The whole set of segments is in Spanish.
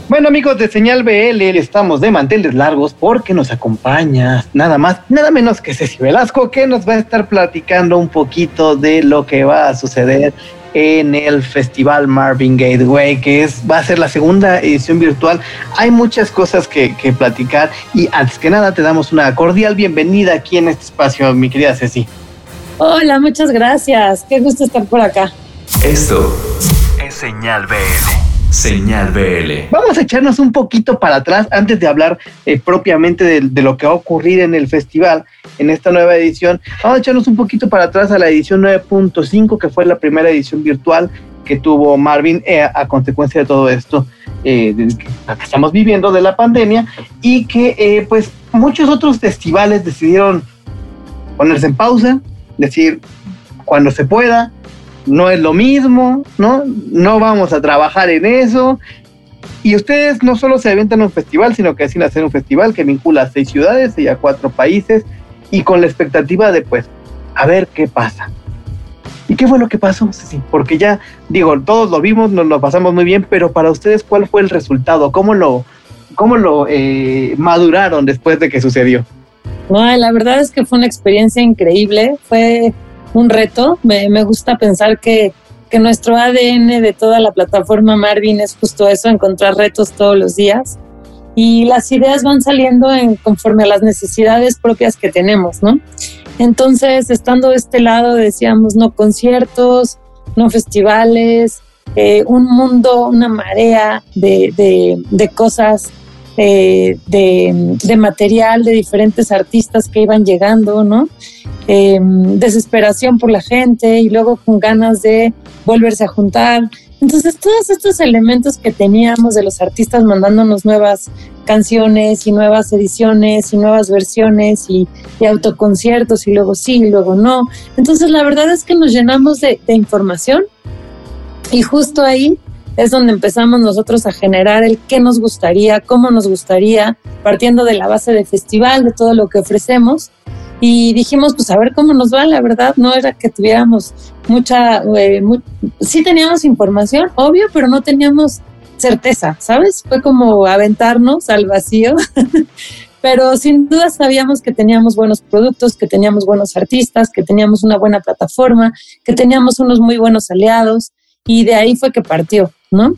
Bueno, amigos de Señal BL, estamos de manteles largos porque nos acompaña nada más, nada menos que Ceci Velasco, que nos va a estar platicando un poquito de lo que va a suceder en el Festival Marvin Gateway, que va a ser la segunda edición virtual. Hay muchas cosas que platicar y antes que nada te damos una cordial bienvenida aquí en este espacio, mi querida Ceci. Hola, muchas gracias. Qué gusto estar por acá. Esto es Señal BL. Señal BL. Vamos a echarnos un poquito para atrás antes de hablar propiamente de lo que va a ocurrir en el festival, en esta nueva edición. Vamos a echarnos un poquito para atrás a la edición 9.5, que fue la primera edición virtual que tuvo Marvin a consecuencia de todo esto que estamos viviendo de la pandemia, y que pues muchos otros festivales decidieron ponerse en pausa, decir cuando se pueda. No es lo mismo, ¿no? No vamos a trabajar en eso. Y ustedes no solo se avientan un festival, sino que deciden hacer un festival que vincula a 6 ciudades y a 4 países, y con la expectativa de, pues, a ver qué pasa. ¿Y qué fue lo que pasó? Sí, porque ya, digo, todos lo vimos, nos lo pasamos muy bien, pero para ustedes, ¿cuál fue el resultado? ¿Cómo lo maduraron después de que sucedió? No, la verdad es que fue una experiencia increíble, fue un reto. Me gusta pensar que nuestro ADN de toda la plataforma Marvin es justo eso, encontrar retos todos los días, y las ideas van saliendo conforme a las necesidades propias que tenemos, ¿no? Entonces, estando de este lado, decíamos no conciertos, no festivales, un mundo, una marea de cosas, de material, de diferentes artistas que iban llegando, ¿no? Desesperación por la gente, y luego con ganas de volverse a juntar. Entonces, todos estos elementos que teníamos de los artistas mandándonos nuevas canciones y nuevas ediciones y nuevas versiones y autoconciertos, y luego sí y luego no. Entonces, la verdad es que nos llenamos de información, y justo ahí es donde empezamos nosotros a generar el qué nos gustaría, cómo nos gustaría, partiendo de la base de festival, de todo lo que ofrecemos. Y dijimos, pues a ver cómo nos va. La verdad no era que tuviéramos sí teníamos información, obvio, pero no teníamos certeza, ¿sabes? Fue como aventarnos al vacío, pero sin duda sabíamos que teníamos buenos productos, que teníamos buenos artistas, que teníamos una buena plataforma, que teníamos unos muy buenos aliados, y de ahí fue que partió, ¿no?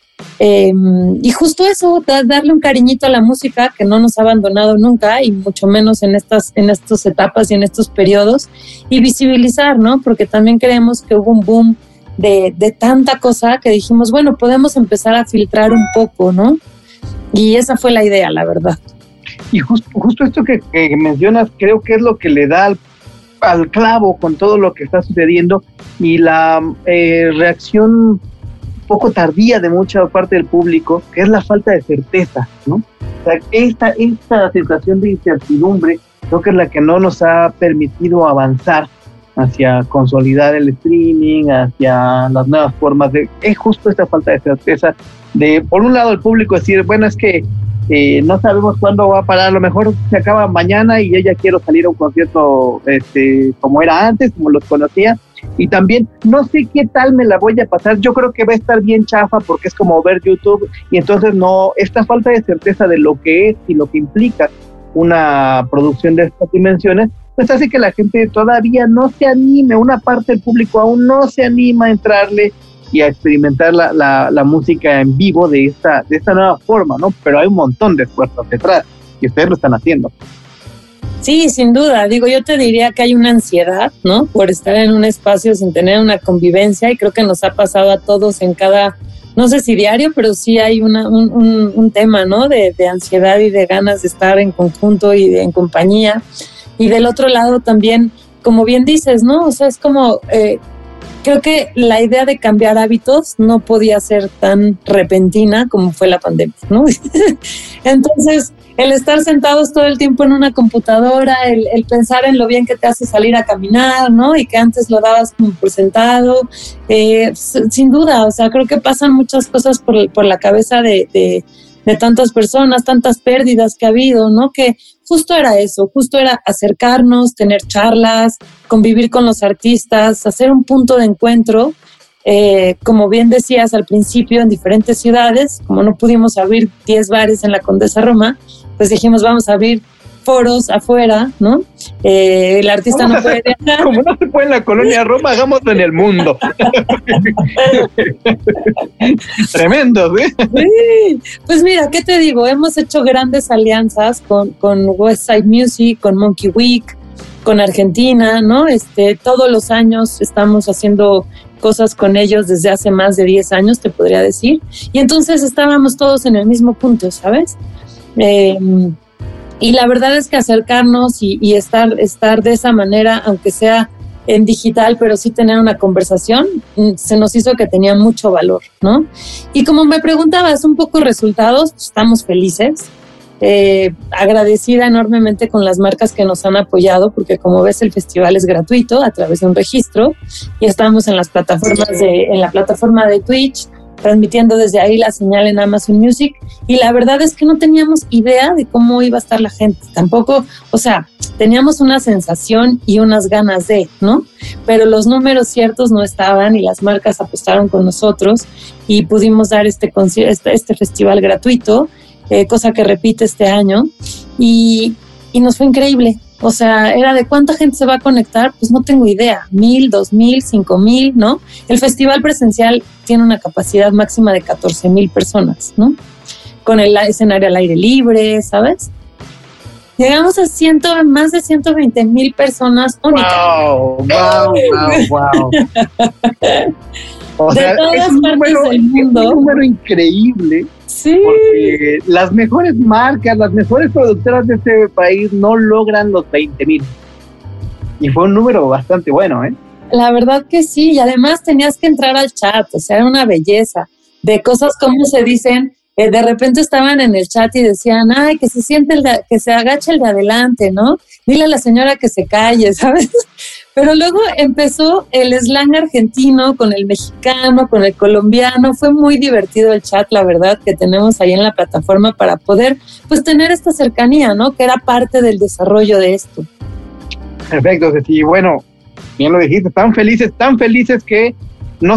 Y justo eso, darle un cariñito a la música que no nos ha abandonado nunca, y mucho menos en estas etapas y en estos periodos, y visibilizar, ¿no? Porque también creemos que hubo un boom de tanta cosa que dijimos, bueno, podemos empezar a filtrar un poco, ¿no? Y esa fue la idea, la verdad. Y justo esto que mencionas, creo que es lo que le da al clavo con todo lo que está sucediendo, y la reacción poco tardía de mucha parte del público, que es la falta de certeza, ¿no? O sea, esta sensación de incertidumbre creo que es la que no nos ha permitido avanzar hacia consolidar el streaming, hacia las nuevas formas es justo esta falta de certeza de, por un lado, el público decir, bueno, es que no sabemos cuándo va a parar, a lo mejor se acaba mañana y yo ya quiero salir a un concierto como era antes, como los conocía. Y también no sé qué tal me la voy a pasar, yo creo que va a estar bien chafa porque es como ver YouTube, y entonces no, esta falta de certeza de lo que es y lo que implica una producción de estas dimensiones, pues hace que la gente todavía no se anime, una parte del público aún no se anima a entrarle y a experimentar la música en vivo de esta nueva forma, ¿no? Pero hay un montón de esfuerzos detrás y ustedes lo están haciendo. Sí, sin duda. Digo, yo te diría que hay una ansiedad, ¿no? Por estar en un espacio sin tener una convivencia, y creo que nos ha pasado a todos en cada, no sé si diario, pero sí hay un tema, ¿no? De ansiedad y de ganas de estar en conjunto y en compañía. Y del otro lado también, como bien dices, ¿no? O sea, es como, creo que la idea de cambiar hábitos no podía ser tan repentina como fue la pandemia, ¿no? Entonces, el estar sentados todo el tiempo en una computadora, el pensar en lo bien que te hace salir a caminar, ¿no? Y que antes lo dabas como por sentado, sin duda, o sea, creo que pasan muchas cosas por la cabeza de tantas personas, tantas pérdidas que ha habido, ¿no? Que justo era eso, justo era acercarnos, tener charlas, convivir con los artistas, hacer un punto de encuentro, como bien decías al principio, en diferentes ciudades. Como no pudimos abrir 10 bares en la Condesa Roma, pues dijimos, vamos a abrir foros afuera, ¿no? El artista no puede viajar. Como no se puede en la colonia Roma, hagámoslo en el mundo. Tremendo, ¿sí? Sí. Pues mira, ¿qué te digo? Hemos hecho grandes alianzas con West Side Music, con Monkey Week, con Argentina, ¿no? Todos los años estamos haciendo cosas con ellos desde hace más de 10 años, te podría decir. Y entonces estábamos todos en el mismo punto, ¿sabes? Y la verdad es que acercarnos y estar de esa manera, aunque sea en digital, pero sí tener una conversación, se nos hizo que tenía mucho valor, ¿no? Y como me preguntabas un poco resultados, pues estamos felices. Agradecida enormemente con las marcas que nos han apoyado, porque como ves el festival es gratuito a través de un registro y estamos en las plataformas en la plataforma de Twitch, transmitiendo desde ahí la señal en Amazon Music, y la verdad es que no teníamos idea de cómo iba a estar la gente, tampoco, o sea, teníamos una sensación y unas ganas de, ¿no? Pero los números ciertos no estaban y las marcas apostaron con nosotros y pudimos dar este festival gratuito, cosa que repite este año, y nos fue increíble. O sea, era de cuánta gente se va a conectar, pues no tengo idea, 1,000, 2,000, 5,000, ¿no? El festival presencial tiene una capacidad máxima de 14,000 personas, ¿no? Con el escenario al aire libre, ¿sabes? Llegamos a más de 120,000 personas únicas. ¡Wow! O sea, de todas partes del mundo. Es un número increíble. Sí. Porque las mejores marcas, las mejores productoras de este país no logran los 20,000. Y fue un número bastante bueno, ¿eh? La verdad que sí, y además tenías que entrar al chat, o sea, era una belleza de cosas como se dicen. De repente estaban en el chat y decían, ay, que se siente que se agache el de adelante, ¿no? Dile a la señora que se calle, ¿sabes? Pero luego empezó el slang argentino con el mexicano, con el colombiano. Fue muy divertido el chat, la verdad, que tenemos ahí en la plataforma para poder, pues, tener esta cercanía, ¿no? Que era parte del desarrollo de esto. Perfecto, sí, bueno, bien lo dijiste, tan felices que no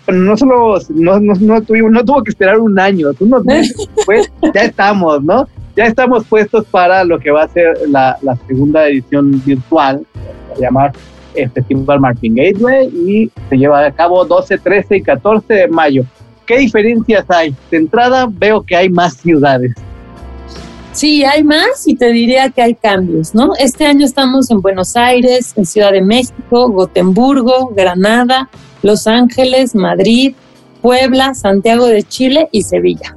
tuvo que esperar un año, unos meses después ya estamos, ¿no? Ya estamos puestos para lo que va a ser la segunda edición virtual, se va a llamar el Festival Martin Gateway, y se lleva a cabo 12, 13 y 14 de mayo. ¿Qué diferencias hay? De entrada veo que hay más ciudades. Sí, hay más y te diría que hay cambios, ¿no? Este año estamos en Buenos Aires, en Ciudad de México, Gotemburgo, Granada, Los Ángeles, Madrid, Puebla, Santiago de Chile y Sevilla.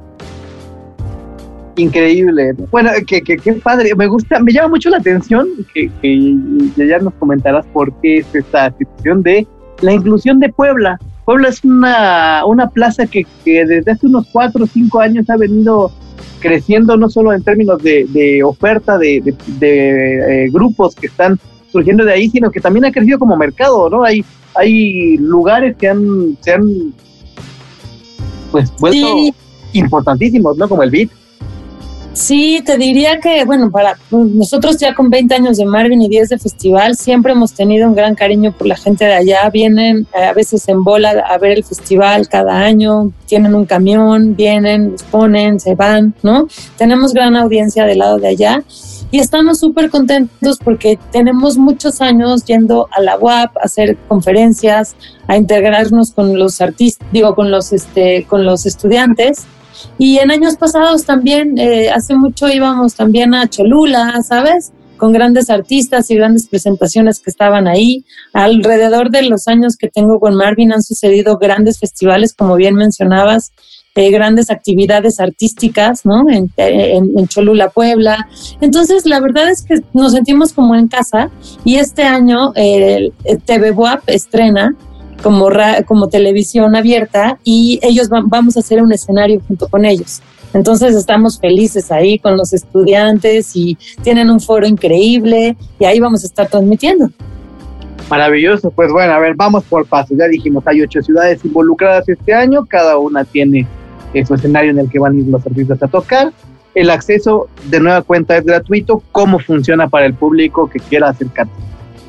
Increíble. Bueno, qué padre. Me gusta, me llama mucho la atención que ya nos comentarás por qué es esta situación de la inclusión de Puebla. Puebla es una plaza que desde hace unos 4 o 5 años ha venido creciendo, no solo en términos de oferta de grupos que están surgiendo de ahí, sino que también ha crecido como mercado, ¿no? Hay lugares que se han pues vuelto importantísimos, ¿no? Como el Beat. Sí, te diría que, bueno, para nosotros ya con 20 años de Marvin y 10 de festival, siempre hemos tenido un gran cariño por la gente de allá. Vienen a veces en bola a ver el festival cada año, tienen un camión, vienen, los ponen, se van, ¿no? Tenemos gran audiencia del lado de allá y estamos súper contentos porque tenemos muchos años yendo a la UAP a hacer conferencias, a integrarnos con los artistas, con los estudiantes. Y en años pasados también, hace mucho íbamos también a Cholula, ¿sabes? Con grandes artistas y grandes presentaciones que estaban ahí. Alrededor de los años que tengo con Marvin han sucedido grandes festivales, como bien mencionabas, grandes actividades artísticas, ¿no? En Cholula, Puebla. Entonces, la verdad es que nos sentimos como en casa y este año TV WAP estrena como televisión abierta y ellos vamos a hacer un escenario junto con ellos. Entonces estamos felices ahí con los estudiantes y tienen un foro increíble y ahí vamos a estar transmitiendo. Maravilloso, pues bueno, a ver, vamos por pasos. Ya dijimos, hay 8 ciudades involucradas este año, cada una tiene su escenario en el que van a ir los artistas a tocar. El acceso de nueva cuenta es gratuito. ¿Cómo funciona para el público que quiera acercarse?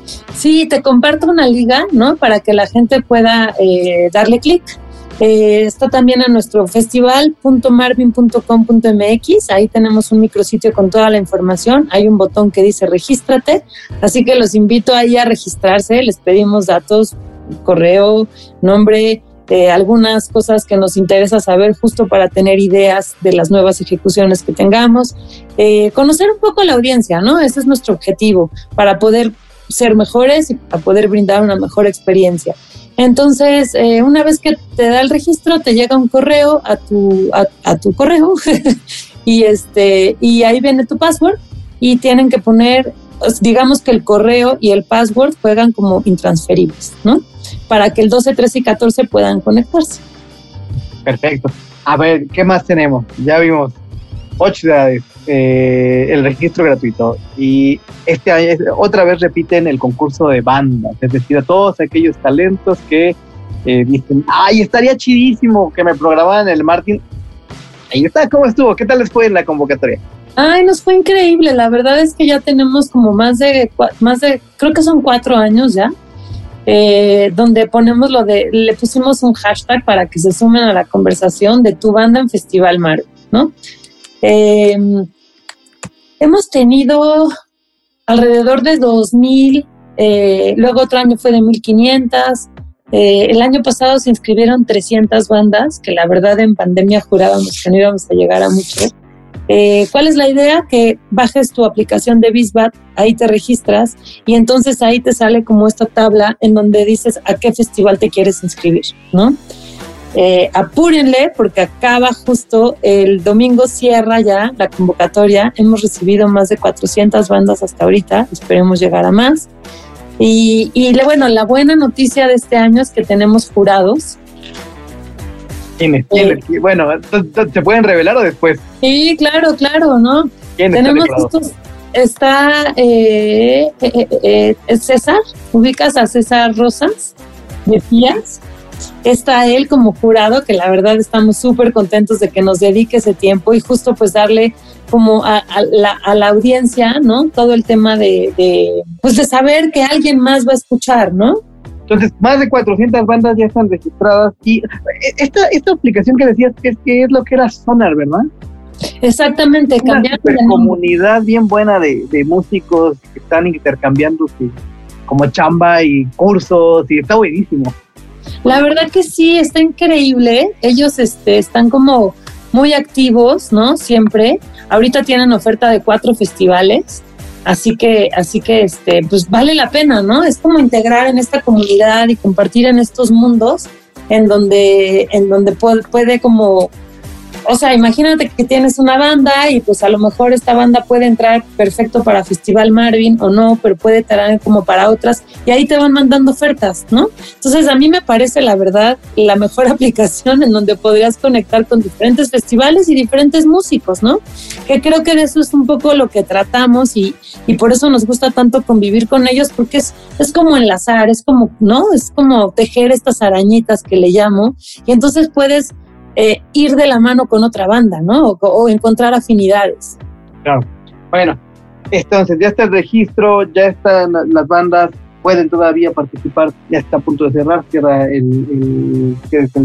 Sí, te comparto una liga, ¿no? Para que la gente pueda darle clic. Está también en nuestro festival.marvin.com.mx. Ahí tenemos un micrositio con toda la información. Hay un botón que dice regístrate, así que los invito ahí a registrarse. Les pedimos datos, correo, nombre, algunas cosas que nos interesa saber justo para tener ideas de las nuevas ejecuciones que tengamos. Conocer un poco a la audiencia, ¿no? Ese es nuestro objetivo, para poder ser mejores y para poder brindar una mejor experiencia. Entonces, una vez que te da el registro, te llega un correo a tu correo y ahí viene tu password y tienen que poner, digamos que el correo y el password juegan como intransferibles, ¿no? Para que el 12, 13 y 14 puedan conectarse. Perfecto. A ver, ¿qué más tenemos? Ya vimos 8 ciudades, el registro gratuito, y este año otra vez repiten el concurso de bandas, es decir, a todos aquellos talentos que dicen, ay, estaría chidísimo que me programaran el Martin. Ahí está, ¿cómo estuvo? ¿Qué tal les fue en la convocatoria? Ay, nos fue increíble, la verdad es que ya tenemos como más de creo que son 4 años ya, donde ponemos le pusimos un hashtag para que se sumen a la conversación de tu banda en Festival Marvin, ¿no? Hemos tenido alrededor de 2,000, luego otro año fue de 1,500, el año pasado se inscribieron 300 bandas, que la verdad en pandemia jurábamos que no íbamos a llegar a mucho. ¿Cuál es la idea? Que bajes tu aplicación de Bizbat, ahí te registras y entonces ahí te sale como esta tabla en donde dices a qué festival te quieres inscribir, ¿no? Apúrenle porque acaba justo el domingo, cierra ya la convocatoria. Hemos recibido más de 400 bandas hasta ahorita, esperemos llegar a más. Y bueno, la buena noticia de este año es que tenemos jurados. ¿Quiénes? Bueno, ¿se pueden revelar o después? Sí, claro, ¿no? Tenemos estos, está César, ubicas a César Rosas de Fías. Está él como jurado, que la verdad estamos súper contentos de que nos dedique ese tiempo y justo pues darle como a la audiencia, ¿no? Todo el tema de saber que alguien más va a escuchar, ¿no? Entonces, más de 400 bandas ya están registradas y esta aplicación que decías que es lo que era Sonar, ¿verdad? Exactamente. Una super comunidad bien buena de músicos que están intercambiando como chamba y cursos y está buenísimo. La verdad que sí, está increíble. Ellos están como muy activos, ¿no? Siempre. Ahorita tienen oferta de 4 festivales, así que pues vale la pena, ¿no? Es como integrar en esta comunidad y compartir en estos mundos en donde puede como, o sea, imagínate que tienes una banda y pues a lo mejor esta banda puede entrar perfecto para Festival Marvin o no, pero puede entrar como para otras y ahí te van mandando ofertas, ¿no? Entonces a mí me parece la verdad la mejor aplicación en donde podrías conectar con diferentes festivales y diferentes músicos, ¿no? Que creo que de eso es un poco lo que tratamos y por eso nos gusta tanto convivir con ellos porque es como enlazar, es como, ¿no? Es como tejer estas arañitas que le llamo y entonces puedes ir de la mano con otra banda, ¿no? O encontrar afinidades. Claro. Bueno, entonces ya está el registro, ya están las bandas, pueden todavía participar, ya está a punto de cerrar, cierra el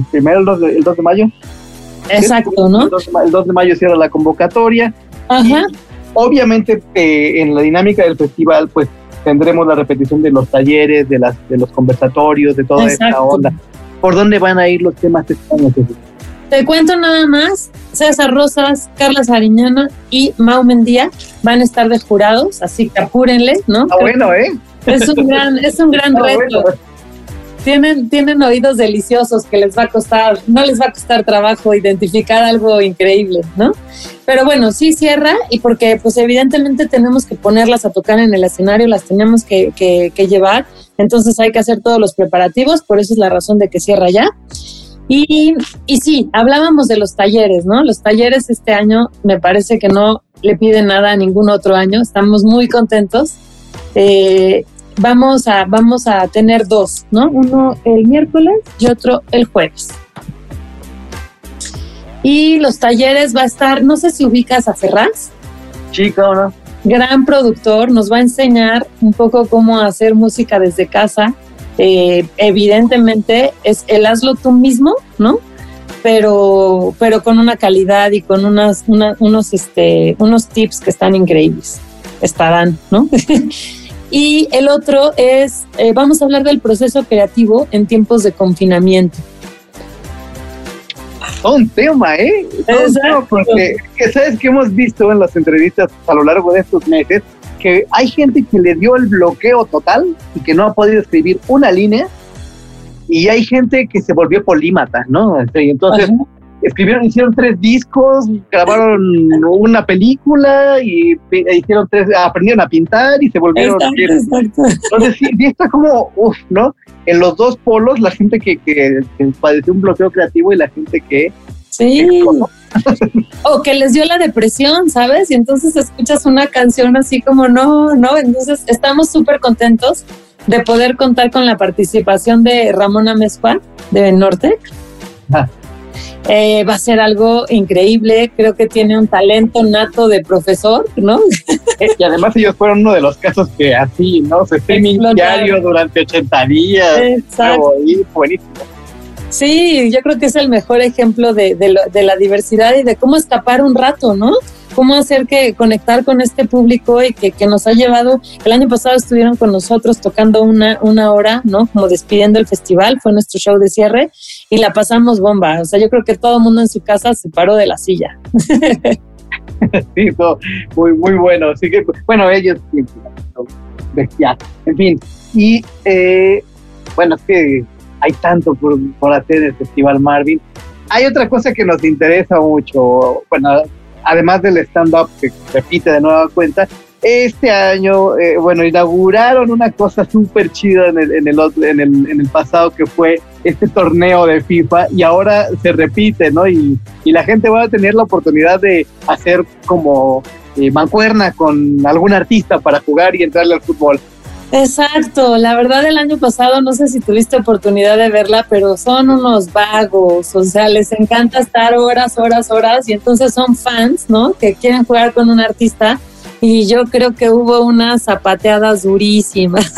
2 de mayo. Exacto, ¿no? El 2 de mayo cierra la convocatoria. Ajá. Y obviamente en la dinámica del festival, pues tendremos la repetición de los talleres, de los conversatorios, de toda esta onda. ¿Por dónde van a ir los temas que están necesitando? Te cuento nada más, César Rosas, Carla Sariñana y Mau Mendía van a estar de jurados, así que apúrenle, ¿no? Ah, bueno, Es un gran reto. Bueno. Tienen oídos deliciosos que no les va a costar trabajo identificar algo increíble, ¿no? Pero bueno, sí cierra y porque pues evidentemente tenemos que ponerlas a tocar en el escenario, las tenemos que llevar, entonces hay que hacer todos los preparativos, por eso es la razón de que cierra ya. Y sí, hablábamos de los talleres, ¿no? Los talleres este año me parece que no le piden nada a ningún otro año, estamos muy contentos. Vamos a tener 2, ¿no? Uno el miércoles y otro el jueves. Y los talleres va a estar, no sé si ubicas a Ferraz. Sí, ¿no? gran productor, nos va a enseñar un poco cómo hacer música desde casa. Evidentemente es el hazlo tú mismo, ¿no? Pero con una calidad y con unos tips que están increíbles. Estarán, ¿no? Y el otro es, vamos a hablar del proceso creativo en tiempos de confinamiento. Todo un tema, Todo un tema, porque sabes que hemos visto en las entrevistas a lo largo de estos meses que hay gente que le dio el bloqueo total y que no ha podido escribir una línea, y hay gente que se volvió polímata, ¿no? Entonces hicieron 3 discos, grabaron una película y hicieron 3, aprendieron a pintar y se volvieron... Exacto. Entonces sí está como, ¿no? En los dos polos, la gente que padeció un bloqueo creativo y la gente que... Sí. O que les dio la depresión, ¿sabes? Y entonces escuchas una canción así como no. Entonces estamos súper contentos de poder contar con la participación de Ramona Mezcua de Nortec. Va a ser algo increíble. Creo que tiene un talento nato de profesor, ¿no? Y además ellos fueron uno de los casos que así, ¿no? Se streaming diario durante 80 días. Exacto. Buenísimo. Sí, yo creo que es el mejor ejemplo de la diversidad y de cómo escapar un rato, ¿no? Cómo hacer que conectar con este público y que nos ha llevado. El año pasado estuvieron con nosotros tocando una hora, ¿no? Como despidiendo el festival, fue nuestro show de cierre y la pasamos bomba. O sea, yo creo que todo el mundo en su casa se paró de la silla. Sí, todo muy, muy bueno. Así que, bueno, ellos bestial. En fin, y bueno, es que hay tanto por hacer en el Festival Marvin. Hay otra cosa que nos interesa mucho, bueno, además del stand-up que repite de nueva cuenta, este año, inauguraron una cosa súper chida en el pasado, que fue este torneo de FIFA, y ahora se repite, ¿no? Y la gente va a tener la oportunidad de hacer como mancuerna con algún artista para jugar y entrarle al fútbol. Exacto, la verdad el año pasado, no sé si tuviste oportunidad de verla, pero son unos vagos, o sea, les encanta estar horas, y entonces son fans, ¿no? Que quieren jugar con un artista, y yo creo que hubo unas zapateadas durísimas.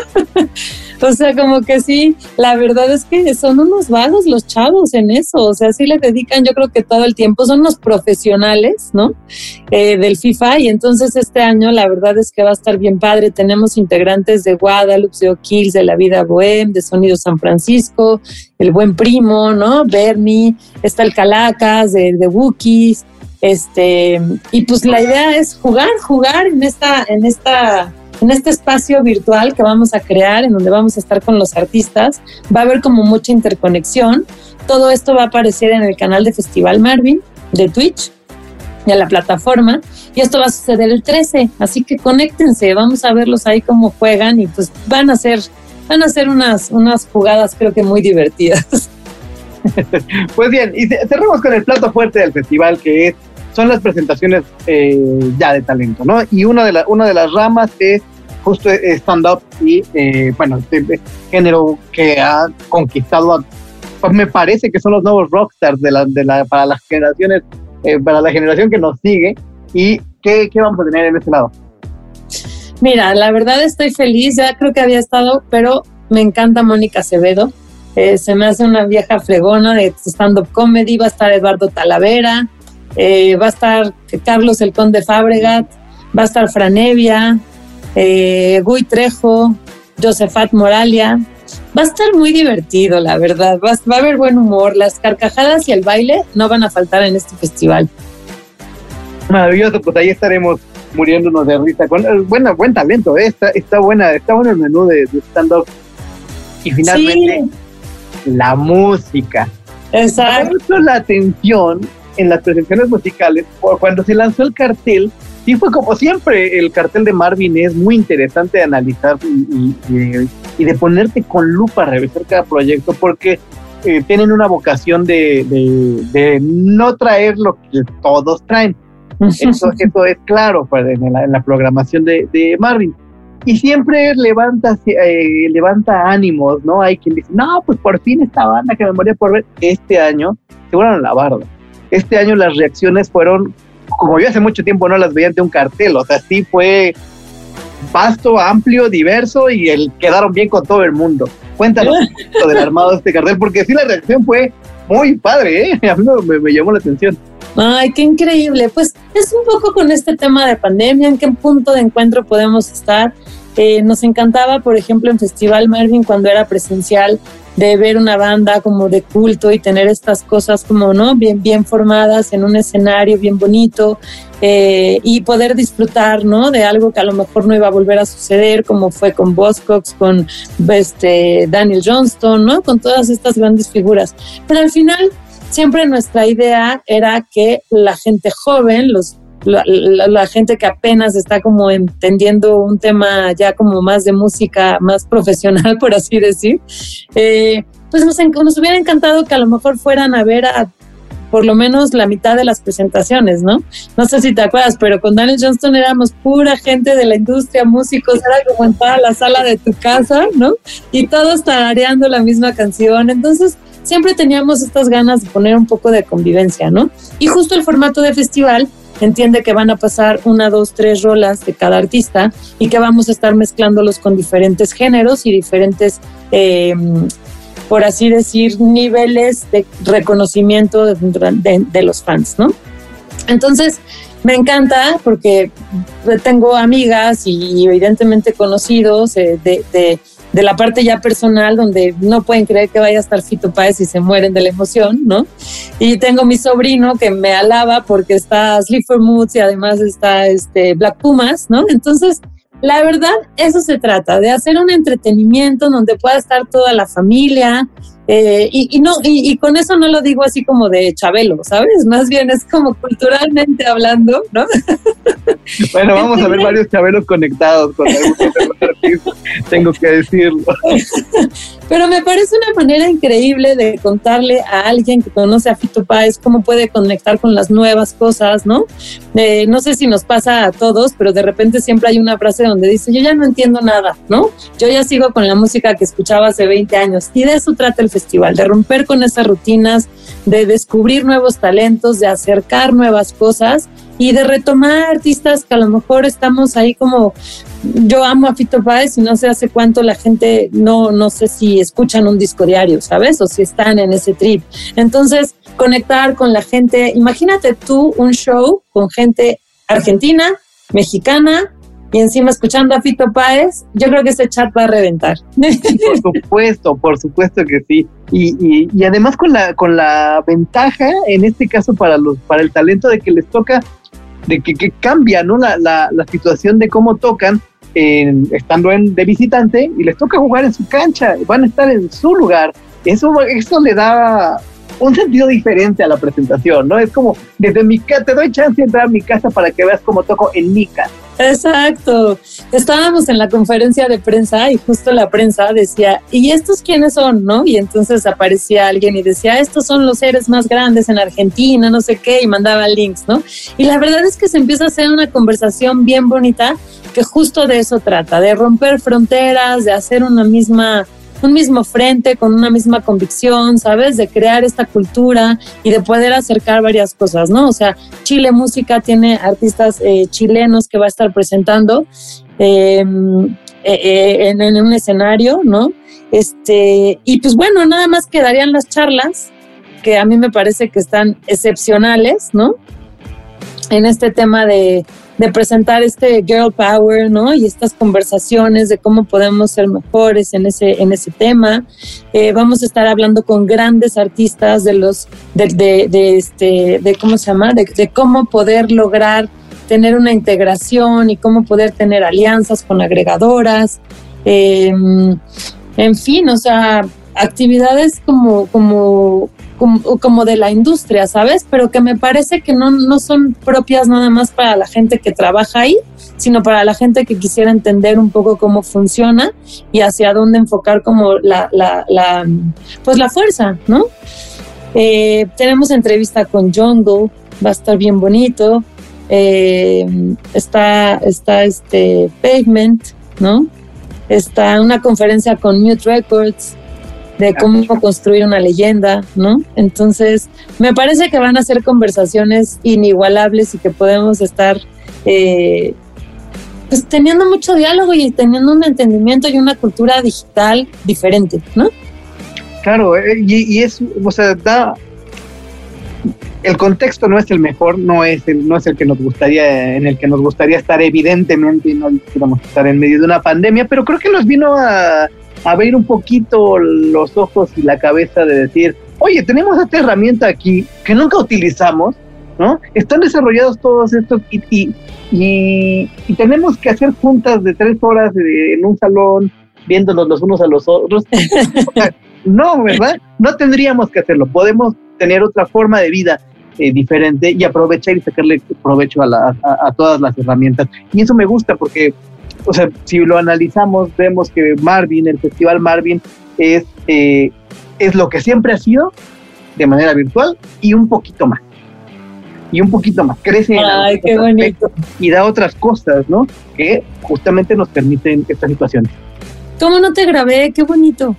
O sea, como que sí, la verdad es que son unos vagos los chavos en eso, o sea, sí le dedican, yo creo que todo el tiempo, son unos profesionales, ¿no? Del FIFA, y entonces este año la verdad es que va a estar bien padre. Tenemos integrantes de Guadalupe, de O'Kills, de La Vida Bohem, de Sonido San Francisco, el Buen Primo, ¿no? Bernie, está el Calacas, de Wookiees, y pues la idea es jugar en este espacio virtual que vamos a crear, en donde vamos a estar con los artistas. Va a haber como mucha interconexión. Todo esto va a aparecer en el canal de Festival Marvin de Twitch y a la plataforma, y esto va a suceder el 13, así que conéctense, vamos a verlos ahí cómo juegan, y pues van a hacer unas jugadas creo que muy divertidas. Pues bien, y cerramos con el plato fuerte del festival, que son las presentaciones ya de talento, ¿no? Y una de las ramas es justo stand-up y, género que ha conquistado pues me parece que son los nuevos rockstars para las generaciones, para la generación que nos sigue. ¿Y qué vamos a tener en este lado? Mira, la verdad estoy feliz, ya creo que había estado, pero me encanta Mónica Acevedo. Se me hace una vieja fregona de stand-up comedy. Va a estar Eduardo Talavera, va a estar Carlos el Conde Fabregat, va a estar Franevia, Guy Trejo, Josefat Moralia. Va a estar muy divertido, la verdad. Va a haber buen humor. Las carcajadas y el baile no van a faltar en este festival. Maravilloso, pues ahí estaremos muriéndonos de risa. Buen talento, está bueno el menú de stand-up. Y finalmente, sí, la música. Exacto. Me puso la atención en las presentaciones musicales. Cuando se lanzó el cartel, sí fue como siempre, el cartel de Marvin es muy interesante de analizar y de ponerte con lupa a revisar cada proyecto, porque tienen una vocación de no traer lo que todos traen. Eso es claro en la programación de Marvin. Y siempre levanta ánimos, ¿no? Hay quien dice, no, pues por fin esta banda que me moría por ver. Este año se fueron a la barda. Este año las reacciones fueron como yo hace mucho tiempo no las veía ante un cartel, o sea, sí fue vasto, amplio, diverso y quedaron bien con todo el mundo. Cuéntanos del armado de este cartel, porque sí la reacción fue muy padre, a mí me llamó la atención. Ay, qué increíble. Pues es un poco con este tema de pandemia, en qué punto de encuentro podemos estar. Nos encantaba, por ejemplo, en Festival Marvin, cuando era presencial, de ver una banda como de culto y tener estas cosas como, ¿no? Bien formadas en un escenario bien bonito, y poder disfrutar, ¿no? De algo que a lo mejor no iba a volver a suceder, como fue con Buzzcocks, con Daniel Johnston, ¿no? Con todas estas grandes figuras. Pero al final, siempre nuestra idea era que la gente joven, la gente que apenas está como entendiendo un tema ya como más de música, más profesional, por así decir, pues nos hubiera encantado que a lo mejor fueran a ver a por lo menos la mitad de las presentaciones, ¿no? No sé si te acuerdas, pero con Daniel Johnston éramos pura gente de la industria, músicos, era como en toda la sala de tu casa, ¿no? Y todos tarareando la misma canción, entonces siempre teníamos estas ganas de poner un poco de convivencia, ¿no? Y justo el formato de festival entiende que van a pasar 1, 2, 3 rolas de cada artista y que vamos a estar mezclándolos con diferentes géneros y diferentes, por así decir, niveles de reconocimiento de los fans, ¿no? Entonces, me encanta porque tengo amigas y evidentemente conocidos de la parte ya personal, donde no pueden creer que vaya a estar Fito Páez y se mueren de la emoción, ¿no? Y tengo mi sobrino que me alaba porque está Sleaford Moods y además está Black Pumas, ¿no? Entonces, la verdad, eso se trata, de hacer un entretenimiento donde pueda estar toda la familia, y con eso no lo digo así como de Chabelo, ¿sabes? Más bien es como culturalmente hablando, ¿no? Bueno, vamos a ver varios Chabelos conectados con algunos artistas, tengo que decirlo. Pero me parece una manera increíble de contarle a alguien que conoce a Fito Páez cómo puede conectar con las nuevas cosas, ¿no? No sé si nos pasa a todos, pero de repente siempre hay una frase donde dice, yo ya no entiendo nada, ¿no? Yo ya sigo con la música que escuchaba hace 20 años. Y de eso trata el festival, de romper con esas rutinas, de descubrir nuevos talentos, de acercar nuevas cosas y de retomar artistas que a lo mejor estamos ahí como... Yo amo a Fito Páez y no sé hace cuánto la gente no sé si escuchan un disco diario, ¿sabes? O si están en ese trip. Entonces, conectar con la gente. Imagínate tú un show con gente argentina, mexicana y encima escuchando a Fito Páez. Yo creo que ese chat va a reventar. Por supuesto que sí. Y además con la ventaja, en este caso para el talento de que les toca, de que cambia, ¿no? La situación de cómo tocan estando de visitante y les toca jugar en su cancha, van a estar en su lugar. Eso le da un sentido diferente a la presentación, ¿no? Es como, desde mi casa, te doy chance de entrar a mi casa para que veas cómo toco en mi casa. Exacto. Estábamos en la conferencia de prensa y justo la prensa decía, ¿y estos quiénes son, no? Y entonces aparecía alguien y decía, estos son los seres más grandes en Argentina, no sé qué, y mandaba links, ¿no? Y la verdad es que se empieza a hacer una conversación bien bonita que justo de eso trata, de romper fronteras, de hacer un mismo frente con una misma convicción, ¿sabes? De crear esta cultura y de poder acercar varias cosas, ¿no? O sea, Chile Música tiene artistas chilenos que va a estar presentando en un escenario, ¿no? Y pues bueno, nada más quedarían las charlas, que a mí me parece que están excepcionales, ¿no? En este tema de presentar Girl Power, ¿no? Y estas conversaciones de cómo podemos ser mejores en ese tema. Vamos a estar hablando con grandes artistas de ¿cómo se llama? De cómo poder lograr tener una integración y cómo poder tener alianzas con agregadoras. En fin, o sea, actividades como de la industria, ¿sabes? Pero que me parece que no son propias nada más para la gente que trabaja ahí, sino para la gente que quisiera entender un poco cómo funciona y hacia dónde enfocar como la fuerza, ¿no? Tenemos entrevista con Jungle, va a estar bien bonito. Está Pavement, ¿no? Está una conferencia con Mute Records, de cómo construir una leyenda, ¿no? Entonces, me parece que van a ser conversaciones inigualables y que podemos estar pues teniendo mucho diálogo y teniendo un entendimiento y una cultura digital diferente, ¿no? Claro, y es, o sea, el contexto no es el mejor, no es el que nos gustaría, en el que nos gustaría estar, evidentemente, y no quisiéramos estar en medio de una pandemia, pero creo que nos vino a abrir un poquito los ojos y la cabeza de decir, oye, tenemos esta herramienta aquí que nunca utilizamos, ¿no? Están desarrollados todos estos y tenemos que hacer juntas de 3 horas en un salón, viéndonos los unos a los otros. No, ¿verdad? No tendríamos que hacerlo. Podemos tener otra forma de vida diferente y aprovechar y sacarle provecho a todas las herramientas. Y eso me gusta porque, o sea, si lo analizamos, vemos que Marvin, el Festival Marvin, es lo que siempre ha sido de manera virtual y un poquito más. Crece Ay, qué bonito. Y da otras cosas, ¿no? Que justamente nos permiten estas situaciones. ¿Cómo no te grabé? Qué bonito.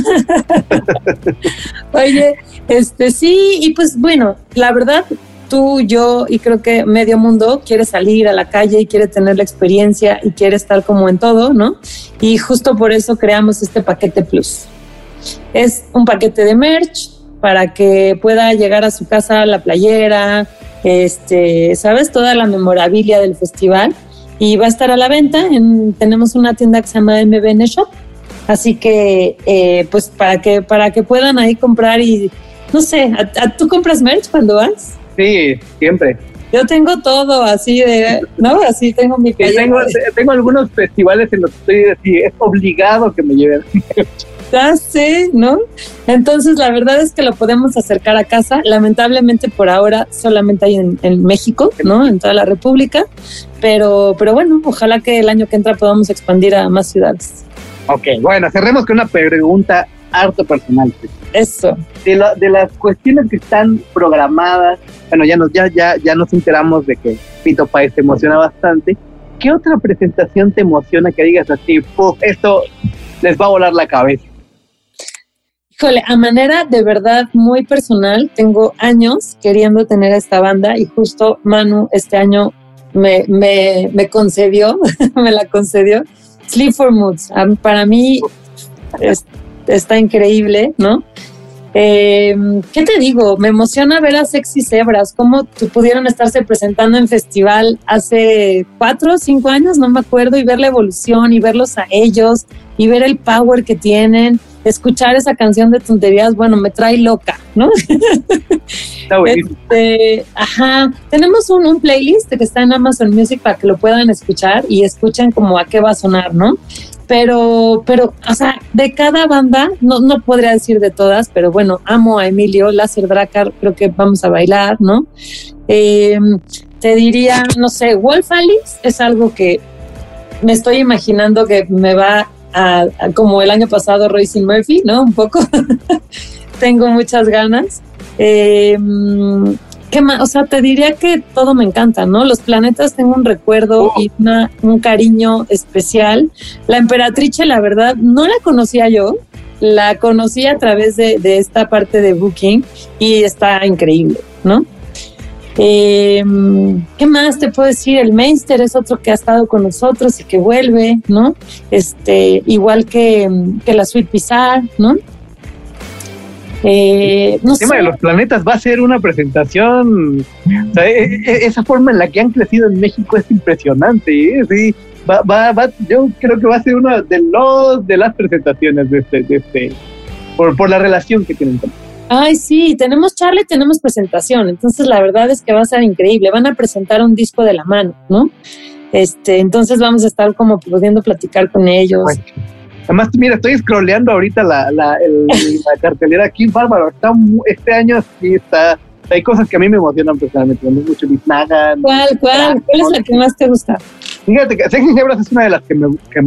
Oye, sí, y pues bueno, la verdad, tú, yo y creo que medio mundo quiere salir a la calle y quiere tener la experiencia y quiere estar como en todo, ¿no? Y justo por eso creamos este paquete Plus. Es un paquete de merch para que pueda llegar a su casa la playera, ¿sabes? Toda la memorabilia del festival. Y va a estar a la venta. Tenemos una tienda que se llama MBN Shop. Así que, pues, para que puedan ahí comprar y, no sé, ¿tú compras merch cuando vas? Sí, siempre. Yo tengo todo así ¿no? Así tengo mi playera. Tengo algunos festivales en los que estoy así, es obligado que me lleven. Ya sé, ¿no? Entonces, la verdad es que lo podemos acercar a casa. Lamentablemente, por ahora, solamente hay en México, ¿no? En toda la República. Pero bueno, ojalá que el año que entra podamos expandir a más ciudades. Ok, bueno, cerremos con una pregunta harto personal. Eso. De las cuestiones que están programadas, bueno, ya nos enteramos de que Fito Páez te emociona bastante. ¿Qué otra presentación te emociona que digas así, esto les va a volar la cabeza? Híjole, a manera de verdad muy personal, tengo años queriendo tener a esta banda y justo Manu este año me concedió, me la concedió. Sleep for Moods, para mí está increíble, ¿no? ¿Qué te digo? Me emociona ver a Sexy Zebras, cómo pudieron estarse presentando en festival hace 4 o 5 años, no me acuerdo, y ver la evolución y verlos a ellos y ver el power que tienen. Escuchar esa canción de tonterías, bueno, me trae loca, ¿no? Está buenísimo. Ajá, tenemos un playlist que está en Amazon Music para que lo puedan escuchar y escuchen como a qué va a sonar, ¿no? Pero, o sea, de cada banda, no podría decir de todas, pero bueno, amo a Emilio, Láser Drakkar, creo que vamos a bailar, ¿no? Te diría, no sé, Wolf Alice es algo que me estoy imaginando que me va a como el año pasado Roisin Murphy, ¿no? Un poco. Tengo muchas ganas. ¿Qué más? O sea, te diría que todo me encanta, ¿no? Los Planetas tengo un recuerdo y un cariño especial. La Emperatrice, la verdad, no la conocía yo. La conocí a través de esta parte de Booking y está increíble, ¿no? ¿Qué más te puedo decir? El Mainster es otro que ha estado con nosotros y que vuelve, ¿no? Igual que la Sweet Bizarre, ¿no? El tema de los planetas va a ser una presentación, o sea, esa forma en la que han crecido en México es impresionante, ¿eh? Sí, yo creo que va a ser una de las presentaciones por la relación que tienen con. Ay, sí, tenemos charla y tenemos presentación, entonces la verdad es que va a ser increíble. Van a presentar un disco de la mano, ¿no? Entonces vamos a estar como pudiendo platicar con ellos. Bueno. Además, mira, estoy scrolleando ahorita la cartelera aquí, bárbaro. Este año sí está. Hay cosas que a mí me emocionan personalmente. Me gusta mucho Biznaga. ¿Cuál es la que más te gusta? Fíjate que Sexy Zebras es una de las que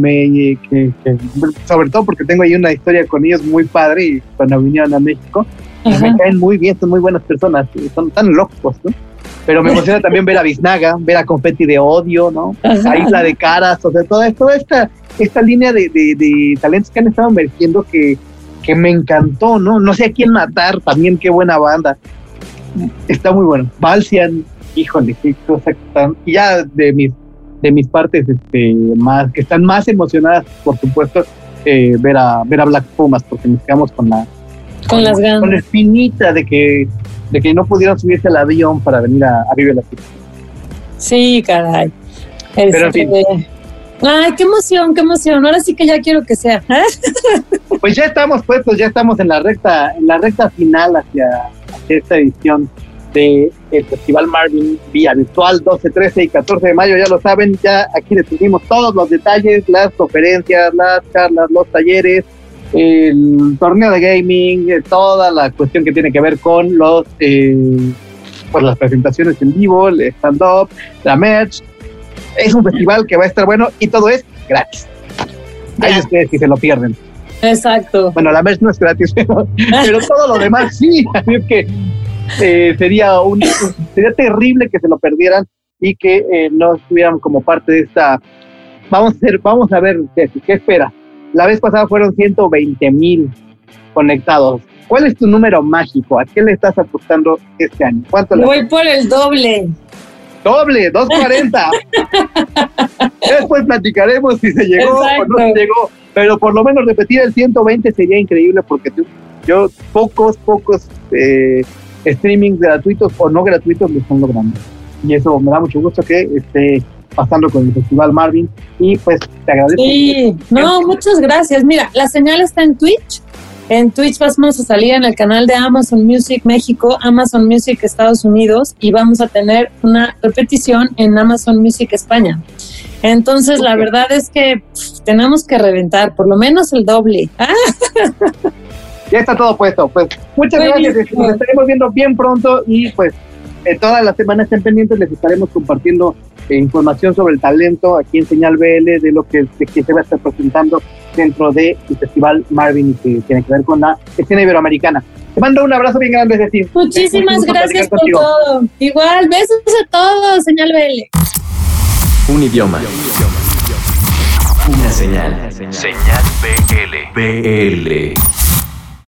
sobre todo porque tengo ahí una historia con ellos muy padre y cuando vinieron a México. Me caen muy bien, son muy buenas personas, son tan locos, ¿no? Pero me emociona también ver a Biznaga, ver a Confetti de Odio, ¿no? A Isla de Caras, o sea, toda esta línea de talentos que han estado emergiendo que que me encantó, ¿no? No sé a quién matar, también qué buena banda. Está muy bueno. Balsian, híjole, qué cosa tan... Y ya de mis partes más que están más emocionadas, por supuesto, ver a Black Pumas, porque nos quedamos con las ganas, con la espinita de que no pudieron subirse al avión para venir a Vive la Fiesta. Sí, caray. Pero en fin. Ay, qué emoción. Ahora sí que ya quiero que sea. Pues ya estamos puestos, ya estamos en la recta final hacia esta edición de el Festival Marvin vía virtual, 12, 13 y 14 de mayo, ya lo saben, ya aquí les tuvimos todos los detalles, las conferencias, las charlas, los talleres, el torneo de gaming, toda la cuestión que tiene que ver con los pues las presentaciones en vivo, el stand-up, la merch. Es un festival que va a estar bueno y todo es gratis. Hay ustedes que se lo pierden. Exacto. Bueno, la merch no es gratis, pero todo lo demás sí, así es que sería terrible que se lo perdieran y que no estuvieran como parte de esta. Vamos a ver qué espera. La vez pasada fueron 120,000 conectados. ¿Cuál es tu número mágico? ¿A qué le estás apostando este año? ¿Cuánto le voy por el doble? 240. Después platicaremos si se llegó. Exacto. O no se llegó, pero por lo menos repetir el 120 sería increíble, porque yo pocos streamings gratuitos o no gratuitos lo están logrando, y eso me da mucho gusto que esté pasando con el Festival Marvin, y pues te agradezco. Sí, no, muchas gracias. Mira, la señal está en Twitch. En Twitch vamos a salir en el canal de Amazon Music México, Amazon Music Estados Unidos, y vamos a tener una repetición en Amazon Music España. Entonces, la verdad es que tenemos que reventar por lo menos el doble. Ya está todo puesto. Pues muchas gracias. Nos estaremos viendo bien pronto, y pues todas las semanas estén pendientes, les estaremos compartiendo información sobre el talento aquí en Señal BL, de lo que se va a estar presentando dentro del Festival Marvin, que tiene que ver con la escena iberoamericana. Te mando un abrazo bien grande, Ceci. Muchísimas gracias por todo. Igual, besos a todos, Señal BL. Un idioma. Una señal. Señal BL. BL.